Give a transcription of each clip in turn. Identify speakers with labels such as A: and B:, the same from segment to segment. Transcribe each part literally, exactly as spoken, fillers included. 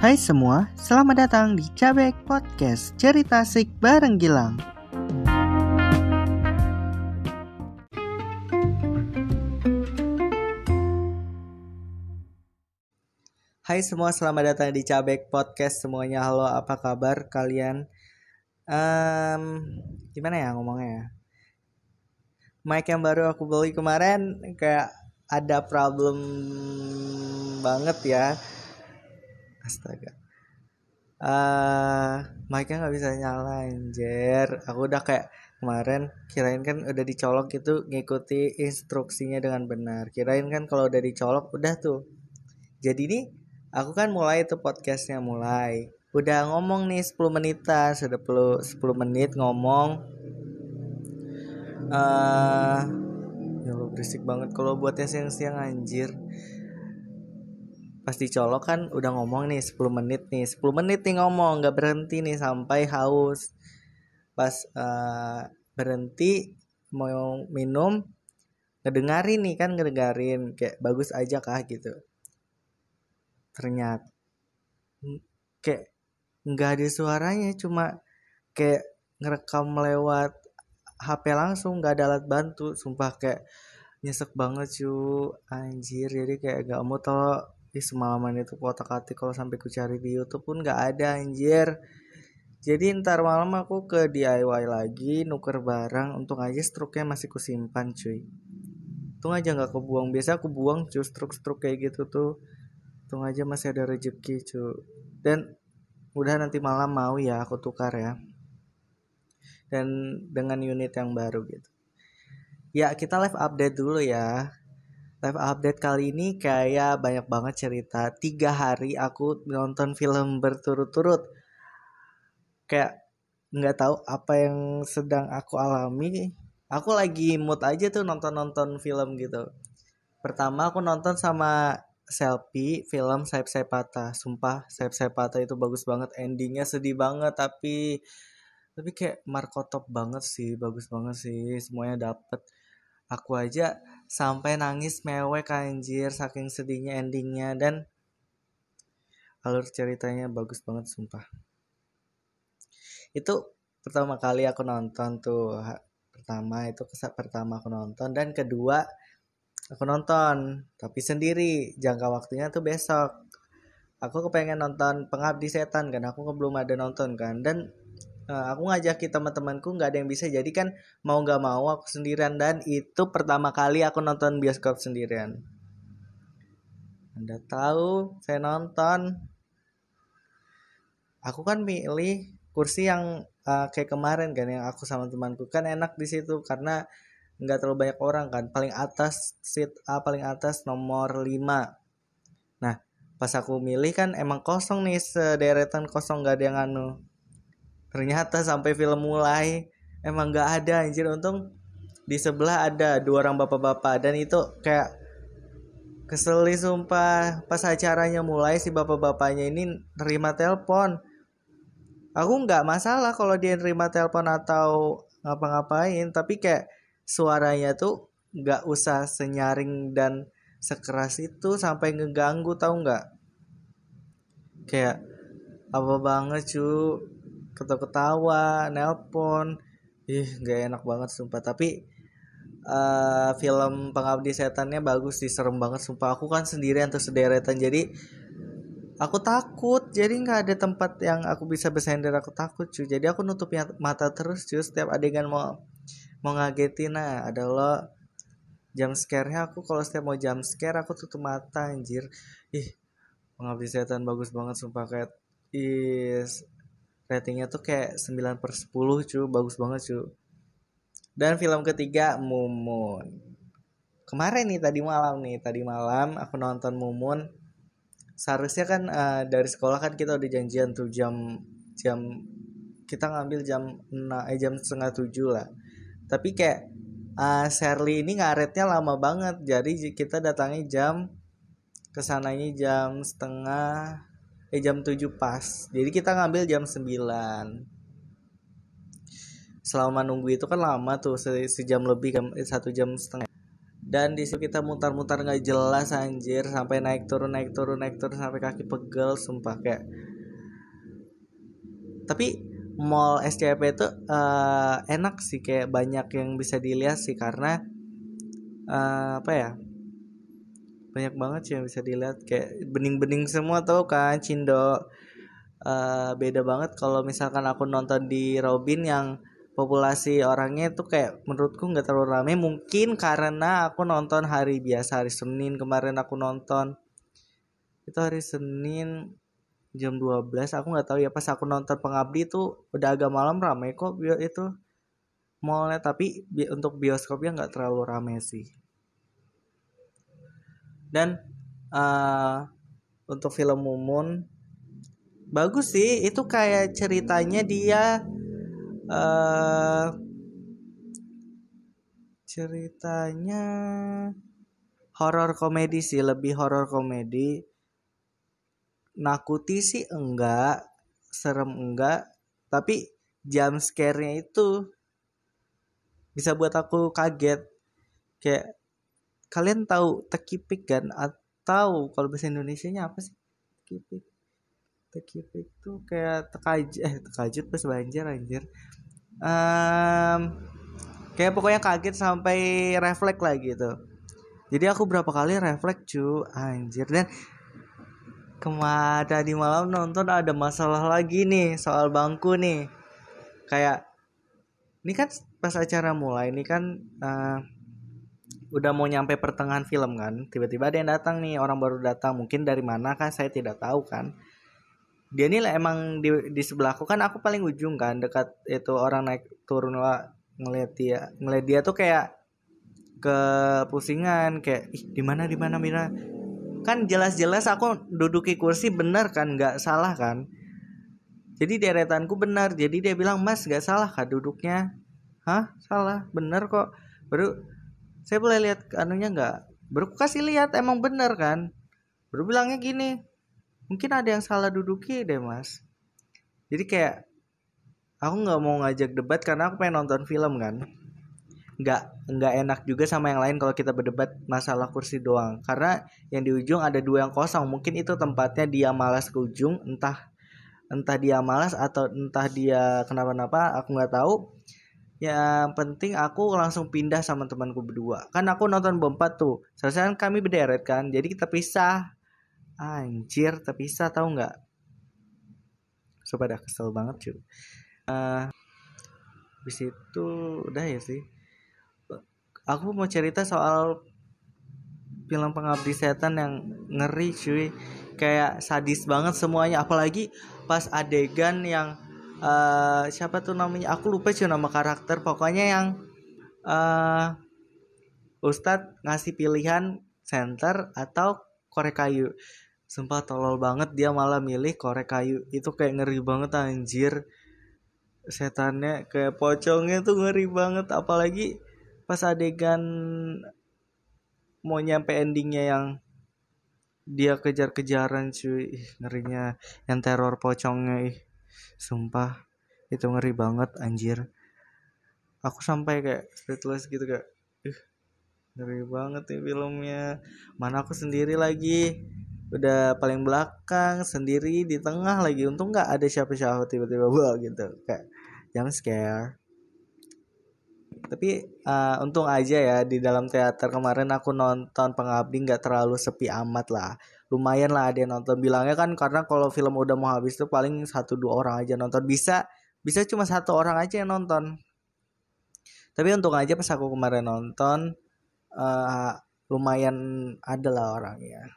A: Hai semua, selamat datang di Cabek Podcast, cerita asik bareng Gilang. Hai semua, selamat datang di Cabek Podcast semuanya. Halo, apa kabar kalian? Um, gimana ya ngomongnya ya? Mic yang baru aku beli kemarin kayak ada problem banget ya. Astaga. Uh, mic-nya gak bisa nyala anjir. Aku udah kayak kemarin kirain kan udah dicolok gitu, ngikuti instruksinya dengan benar. Kirain kan kalau udah dicolok udah tuh. Jadi nih aku kan mulai tuh podcastnya mulai. Udah ngomong nih sepuluh menitan, sudah sepuluh menit ngomong. Uh, ya lo berisik banget kalau buatnya siang-siang anjir. Pas dicolok kan udah ngomong nih sepuluh menit nih sepuluh menit nih ngomong gak berhenti nih sampai haus. Pas uh, berhenti mau minum ngedengarin nih kan ngedengarin kayak bagus aja kah gitu. Ternyata kayak nggak ada suaranya, cuma kayak ngerekam lewat H P langsung, nggak ada alat bantu. Sumpah kayak nyesek banget cu anjir. Jadi kayak gak mau tau di semalaman itu kotak-katik kalau sampai ku cari di YouTube pun nggak ada anjir. Jadi ntar malam aku ke D I Y lagi nuker barang. Untung aja struknya masih kusimpan cuy. Untung aja nggak kebuang. Biasa aku buang cuy struk-struk kayak gitu tuh. Untung aja masih ada rezeki cuy. Dan udah nanti malam mau ya aku tukar ya. Dan dengan unit yang baru gitu. Ya kita live update dulu ya. Live update kali ini kayak banyak banget cerita. Tiga hari aku nonton film berturut-turut. Kayak nggak tahu apa yang sedang aku alami. Aku lagi mood aja tuh nonton-nonton film gitu. Pertama aku nonton sama Selfie film Sayap-Sayap Patah. Sumpah Sayap-Sayap Patah itu bagus banget. Endingnya sedih banget tapi tapi kayak markotop banget sih. Bagus banget sih. Semuanya dapet. Aku aja sampai nangis mewek anjir saking sedihnya endingnya. Dan alur ceritanya bagus banget sumpah. Itu pertama kali aku nonton tuh. Pertama itu kesan pertama aku nonton. Dan kedua aku nonton tapi sendiri. Jangka waktunya tuh besok. Aku kepengen nonton Pengabdi Setan kan. Aku belum ada nonton kan. Dan uh, aku ngajakin teman-temanku gak ada yang bisa. Jadi kan mau gak mau aku sendirian. Dan itu pertama kali aku nonton bioskop sendirian. Anda tahu saya nonton. Aku kan milih kursi yang uh, kayak kemarin kan. Yang aku sama temanku kan enak di situ. Karena gak terlalu banyak orang kan. Paling atas seat A paling atas nomor lima. Nah pas aku milih kan emang kosong nih. Sederetan kosong gak ada yang anu. Ternyata sampai film mulai emang gak ada anjir. Untung di sebelah ada dua orang bapak-bapak. Dan itu kayak kesel sumpah. Pas acaranya mulai si bapak-bapaknya ini nerima telepon. Aku gak masalah kalau dia nerima telepon atau ngapa-ngapain. Tapi kayak suaranya tuh gak usah senyaring dan sekeras itu sampai ngeganggu tau gak. Kayak apa banget cu. Ketawa-ketawa, nelpon. Ih gak enak banget sumpah. Tapi uh, film Pengabdi Setannya bagus sih. Serem banget sumpah. Aku kan sendirian tuh sederetan. Jadi aku takut. Jadi gak ada tempat yang aku bisa bersender. Aku takut cuy. Jadi aku nutup mata terus cuy. Setiap adegan mau Mau ngagetin. Nah ada lo jump scare-nya. Aku kalau setiap mau jump scare aku tutup mata anjir. Ih Pengabdi Setan bagus banget sumpah. Kayak is ratingnya tuh kayak sembilan per sepuluh cuy. Bagus banget cuy. Dan film ketiga Mumun. Kemarin nih tadi malam nih. Tadi malam aku nonton Mumun. Seharusnya kan uh, dari sekolah kan kita udah janjian tuh jam jam kita ngambil jam enam eh jam setengah tujuh lah. Tapi kayak uh, Shirley ini ngaretnya lama banget. Jadi kita datangnya jam kesananya jam setengah eh jam tujuh pas. Jadi kita ngambil jam sembilan. Selama nunggu itu kan lama tuh se- sejam lebih kan, satu jam setengah. Dan di situ kita mutar-mutar nggak jelas anjir, sampai naik turun naik turun naik turun sampai kaki pegel sumpah kayak. Tapi mall S C P itu uh, enak sih, kayak banyak yang bisa dilihat sih karena uh, apa ya, banyak banget sih yang bisa dilihat, kayak bening-bening semua tau kan Cindo. Uh, beda banget kalau misalkan aku nonton di Robin yang populasi orangnya tuh kayak menurutku nggak terlalu rame, mungkin karena aku nonton hari biasa, hari Senin kemarin aku nonton itu hari Senin jam dua belas, aku nggak tahu ya, pas aku nonton Pengabdi itu udah agak malam, rame kok bio itu mallnya, tapi bi- untuk bioskopnya nggak terlalu rame sih. Dan uh, untuk film Mumun bagus sih, itu kayak ceritanya dia uh, ceritanya horor komedi sih, lebih horor komedi. Nakuti sih enggak, serem enggak, tapi jump scare-nya itu bisa buat aku kaget. Kayak kalian tahu tekipik kan, atau kalau bahasa Indonesianya apa sih tekipik? Tekipik tuh kayak tekajut, eh tekajut pas banjir anjir. Um, kayak pokoknya kaget sampai refleks lah gitu. Jadi aku berapa kali refleks cu anjir. Dan kemarin tadi malam nonton ada masalah lagi nih soal bangku nih. Kayak ini kan pas acara mulai ini kan uh, udah mau nyampe pertengahan film kan, tiba-tiba ada yang datang nih, orang baru datang, mungkin dari mana kan saya tidak tahu kan. Dia ini emang di, di sebelahku kan, aku paling ujung kan, dekat itu orang naik turun lah, ngeliat dia ngeliat dia tuh kayak kepusingan, kayak ih di mana di mana Mira, kan jelas-jelas aku duduki kursi bener kan, nggak salah kan, jadi deretanku benar, jadi dia bilang mas nggak salah kah duduknya, hah salah bener kok, baru saya boleh lihat anunya nggak, baru aku kasih lihat emang bener kan, baru bilangnya gini mungkin ada yang salah duduki deh mas. Jadi kayak aku nggak mau ngajak debat karena aku pengen nonton film kan, nggak nggak enak juga sama yang lain kalau kita berdebat masalah kursi doang, karena yang di ujung ada dua yang kosong, mungkin itu tempatnya dia malas ke ujung, entah entah dia malas atau entah dia kenapa-napa aku nggak tahu. Yang penting aku langsung pindah sama temanku berdua, kan aku nonton berempat tuh, selesai kan kami berderet kan, jadi kita pisah anjir, terpisah tahu nggak, coba dah kesel banget cuy. Uh, habis itu udah ya sih, aku mau cerita soal film Pengabdi Setan yang ngeri cuy, kayak sadis banget semuanya, apalagi pas adegan yang uh, siapa tuh namanya, aku lupa cuy nama karakter, pokoknya yang uh, Ustadz ngasih pilihan senter atau korek kayu, sumpah tolol banget, dia malah milih korek kayu, itu kayak ngeri banget anjir, setannya kayak pocongnya tuh ngeri banget, apalagi pas adegan mau nyampe endingnya yang dia kejar-kejaran cuy, ih, ngerinya yang teror pocongnya, ih sumpah itu ngeri banget anjir, aku sampai kayak speechless gitu, kayak ih ngeri banget nih filmnya, mana aku sendiri lagi, udah paling belakang sendiri di tengah lagi, untung nggak ada siapa-siapa, tiba-tiba wah gitu kayak jump scare. Tapi uh, untung aja ya di dalam teater kemarin aku nonton Pengabdi nggak terlalu sepi amat lah, lumayan lah ada yang nonton, bilangnya kan karena kalau film udah mau habis tuh paling satu dua orang aja nonton, bisa bisa cuma satu orang aja yang nonton, tapi untung aja pas aku kemarin nonton uh, lumayan ada lah orangnya.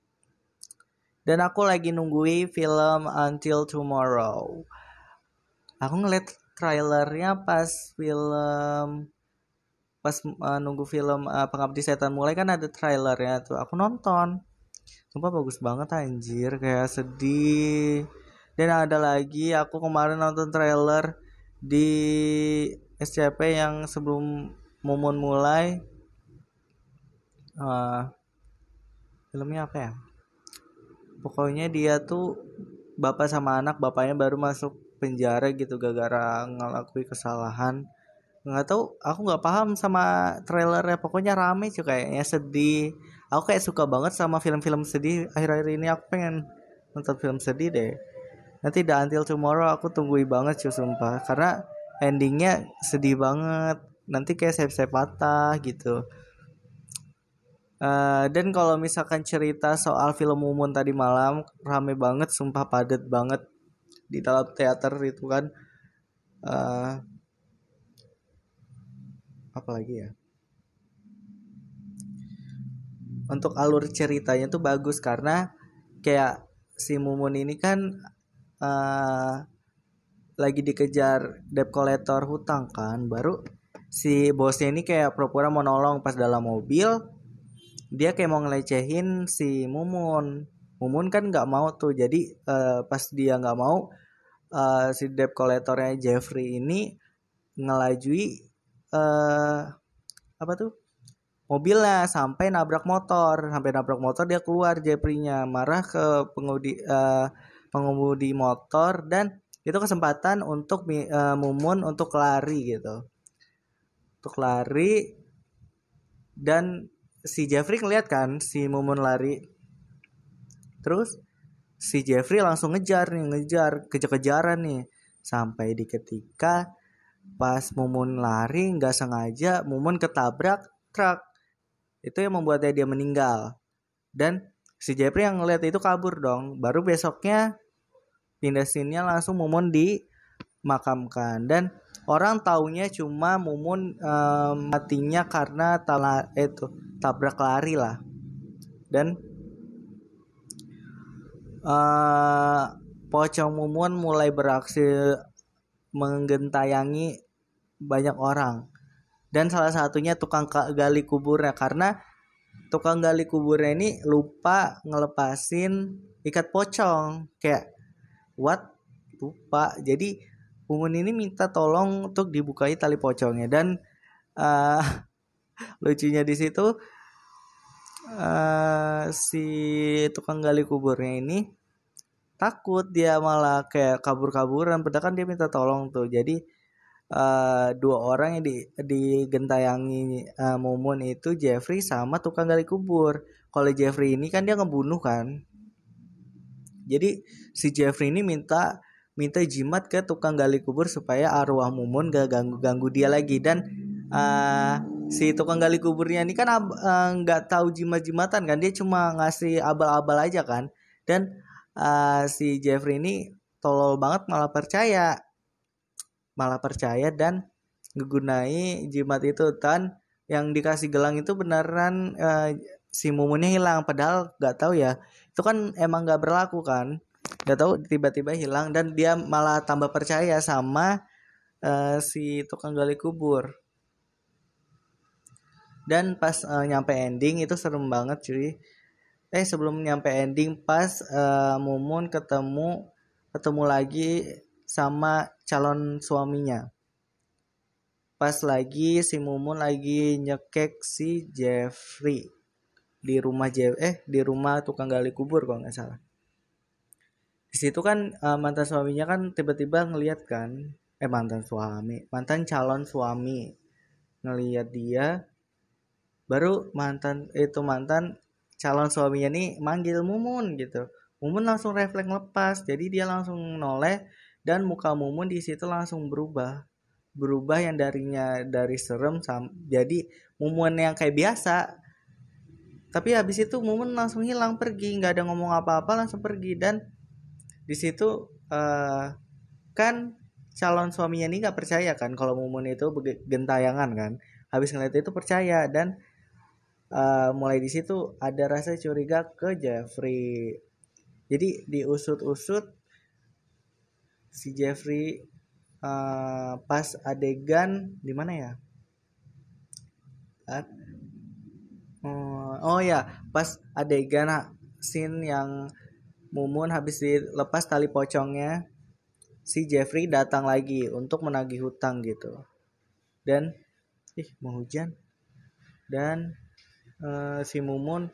A: Dan aku lagi nungguin film Until Tomorrow, aku ngeliat trailernya pas film pas uh, nunggu film uh, Pengabdi Setan mulai kan ada trailernya tuh, aku nonton, sumpah bagus banget anjir, kayak sedih. Dan ada lagi aku kemarin nonton trailer di S C P yang sebelum Mumun mulai, uh, filmnya apa ya, pokoknya dia tuh bapak sama anak, bapaknya baru masuk penjara gitu gara-gara ngelakui kesalahan, nggak tahu, aku nggak paham sama trailernya, pokoknya rame cuy, kayaknya sedih. Aku kayak suka banget sama film-film sedih akhir-akhir ini, aku pengen nonton film sedih deh. Nanti The Until Tomorrow aku tungguin banget cuy sumpah, karena endingnya sedih banget, nanti kayak sayap-sayap patah gitu. Eh, dan kalau misalkan cerita soal film Mumun tadi malam, rame banget sumpah, padet banget di dalam teater itu kan. Eh, apalagi ya, untuk alur ceritanya tuh bagus karena kayak si Mumun ini kan eh, lagi dikejar debt collector hutang kan, baru si bosnya ini kayak pura-pura mau nolong. Pas dalam mobil dia kayak mau ngelecehin si Mumun. Mumun kan nggak mau tuh, jadi eh, pas dia nggak mau, eh, si debt collectornya Jeffrey ini ngelajui eh, apa tuh mobilnya sampai nabrak motor, sampai nabrak motor dia keluar, Jeffrey-nya marah ke pengemudi eh, pengemudi motor, dan itu kesempatan untuk eh, Mumun untuk lari gitu, untuk lari. Dan si Jeffrey ngeliat kan si Mumun lari, terus si Jeffrey langsung ngejar nih, ngejar kejar-kejaran nih, sampai di ketika pas Mumun lari nggak sengaja Mumun ketabrak truk, itu yang membuatnya dia meninggal. Dan si Jeffrey yang ngeliat itu kabur dong. Baru besoknya pindah scene-nya langsung Mumun dimakamkan, dan orang taunya cuma Mumun um, matinya karena tala, itu tabrak lari lah. Dan uh, pocong Mumun mulai beraksi menggentayangi banyak orang, dan salah satunya tukang gali kuburnya, karena tukang gali kuburnya ini lupa ngelepasin ikat pocong. Kayak what, lupa. Jadi Mumun ini minta tolong untuk dibukai tali pocongnya, dan uh, lucunya di situ uh, si tukang gali kuburnya ini takut, dia malah kayak kabur-kaburan, padahal kan dia minta tolong tuh. Jadi uh, dua orang yang di digentayangi uh, Mumun itu Jeffrey sama tukang gali kubur. Kalau Jeffrey ini kan dia ngebunuh kan, jadi si Jeffrey ini minta minta jimat ke tukang gali kubur supaya arwah Mumun gak ganggu-ganggu dia lagi. Dan uh, si tukang gali kuburnya ini kan nggak uh, tahu jimat-jimatan kan, dia cuma ngasih abal-abal aja kan. Dan uh, si Jeffrey ini tolol banget, malah percaya malah percaya dan ngegunai jimat itu. Dan yang dikasih gelang itu beneran uh, si Mumunnya hilang, padahal nggak tahu ya, itu kan emang nggak berlaku kan, nggak tahu tiba-tiba hilang. Dan dia malah tambah percaya sama uh, si tukang gali kubur. Dan pas uh, nyampe ending itu serem banget cuy. Eh sebelum nyampe ending, pas uh, Mumun ketemu ketemu lagi sama calon suaminya. Pas lagi si Mumun lagi nyekek si Jeffrey di rumah Jeff eh di rumah tukang gali kubur kalau nggak salah. Di situ kan uh, mantan suaminya kan tiba-tiba ngelihat kan, eh mantan suami, mantan calon suami ngelihat dia, baru mantan itu mantan calon suaminya nih manggil Mumun gitu. Mumun langsung refleks lepas, jadi dia langsung noleh, dan muka Mumun di situ langsung berubah. Berubah yang darinya dari serem sam- jadi Mumun yang kayak biasa. Tapi habis itu Mumun langsung hilang, pergi, nggak ada ngomong apa-apa, langsung pergi. Dan di situ uh, kan calon suaminya ini nggak percaya kan kalau Mumun itu gentayangan kan. Habis ngeliat itu percaya, dan uh, mulai di situ ada rasa curiga ke Jeffrey. Jadi diusut-usut si Jeffrey uh, pas adegan di mana ya? Uh, oh ya, pas adegan scene yang Mumun habis dilepas tali pocongnya, si Jeffrey datang lagi untuk menagih hutang gitu. Dan ih mau hujan. Dan uh, si Mumun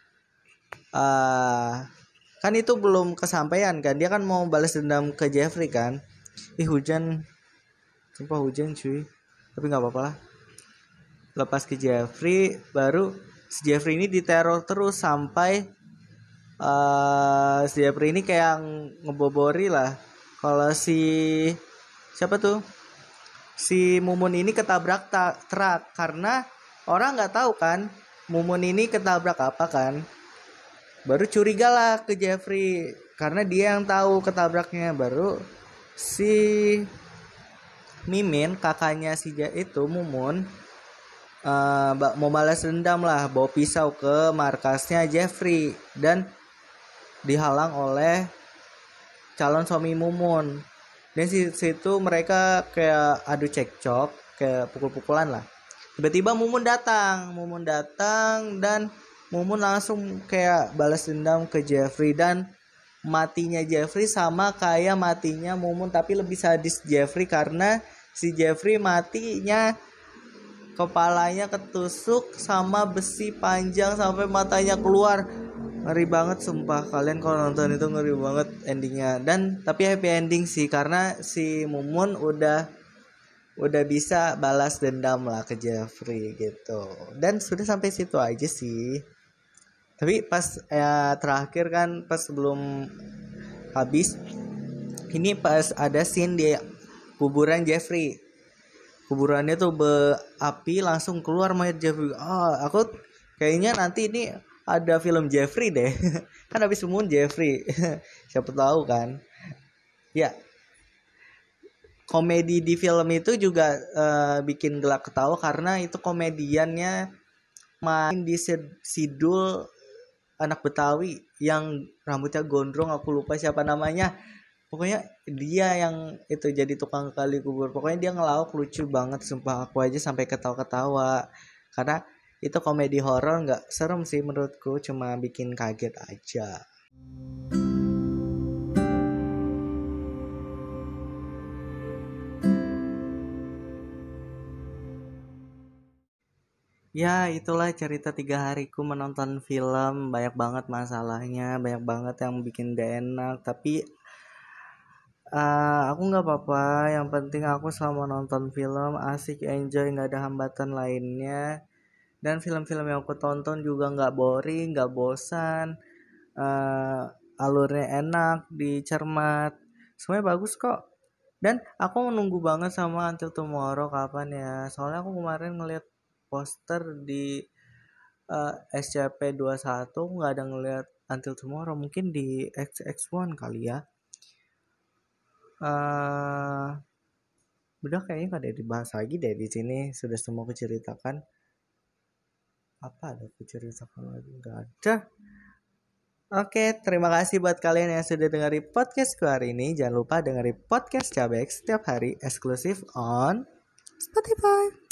A: uh, kan itu belum kesampaian kan, dia kan mau balas dendam ke Jeffrey kan. Ih hujan, sumpah hujan cuy. tapi nggak apa-apa lah. Lepas ke Jeffrey, baru si Jeffrey ini diteror terus sampai uh, si Jeffrey ini kayak ngebobori lah. Kalau si siapa tuh, si Mumun ini ketabrak ta- truk, karena orang nggak tahu kan Mumun ini ketabrak apa kan. Baru curiga lah ke Jeffrey karena dia yang tahu ketabraknya. Baru si Mimin, kakaknya si Ja- itu Mumun, uh, mau balas dendam lah, bawa pisau ke markasnya Jeffrey dan dihalang oleh calon suami Mumun. Dan di situ mereka kayak adu cekcok, kayak pukul-pukulan lah. Tiba-tiba Mumun datang, Mumun datang dan Mumun langsung kayak balas dendam ke Jeffrey, dan matinya Jeffrey sama kayak matinya Mumun, tapi lebih sadis Jeffrey karena si Jeffrey matinya kepalanya ketusuk sama besi panjang sampai matanya keluar. Ngeri banget sumpah, kalian kalau nonton itu ngeri banget endingnya. Dan tapi happy ending sih karena si Mumun udah udah bisa balas dendam lah ke Jeffrey gitu. Dan sudah sampai situ aja sih. Tapi pas ya terakhir kan, pas sebelum habis ini, pas ada scene di kuburan Jeffrey, kuburannya tuh berapi, langsung keluar mayat Jeffrey. Ah, aku kayaknya nanti ini ada film Jeffrey deh. Kan habis Mumun Jeffrey. Siapa tahu kan. Ya, komedi di film itu juga uh, bikin gelak ketawa karena itu komediannya main di Sidul, anak Betawi yang rambutnya gondrong, aku lupa siapa namanya. Pokoknya dia yang itu jadi tukang gali kubur. Pokoknya dia ngelawak lucu banget sumpah, aku aja sampai ketawa-ketawa. Karena itu komedi horor, nggak serem sih menurutku, cuma bikin kaget aja. Ya itulah cerita tiga hariku menonton film. Banyak banget masalahnya, banyak banget yang bikin gak enak. Tapi Uh, aku nggak apa-apa, yang penting aku selama nonton film asik, enjoy, nggak ada hambatan lainnya. Dan film-film yang aku tonton juga nggak boring, nggak bosan, uh, alurnya enak, dicermat, semuanya bagus kok. Dan aku menunggu banget sama Until Tomorrow kapan ya, soalnya aku kemarin ngeliat poster di uh, S C P dua puluh satu, nggak ada ngeliat Until Tomorrow, mungkin di X X satu kali ya. Uh, udah kayaknya gak ada dibahas lagi deh di sini, sudah semua kuceritakan. Apa ada kuceritakan lagi? Gak ada. Oke, terima kasih buat kalian yang sudah dengerin podcastku hari ini. Jangan lupa dengerin podcast Cabex setiap hari eksklusif on Spotify.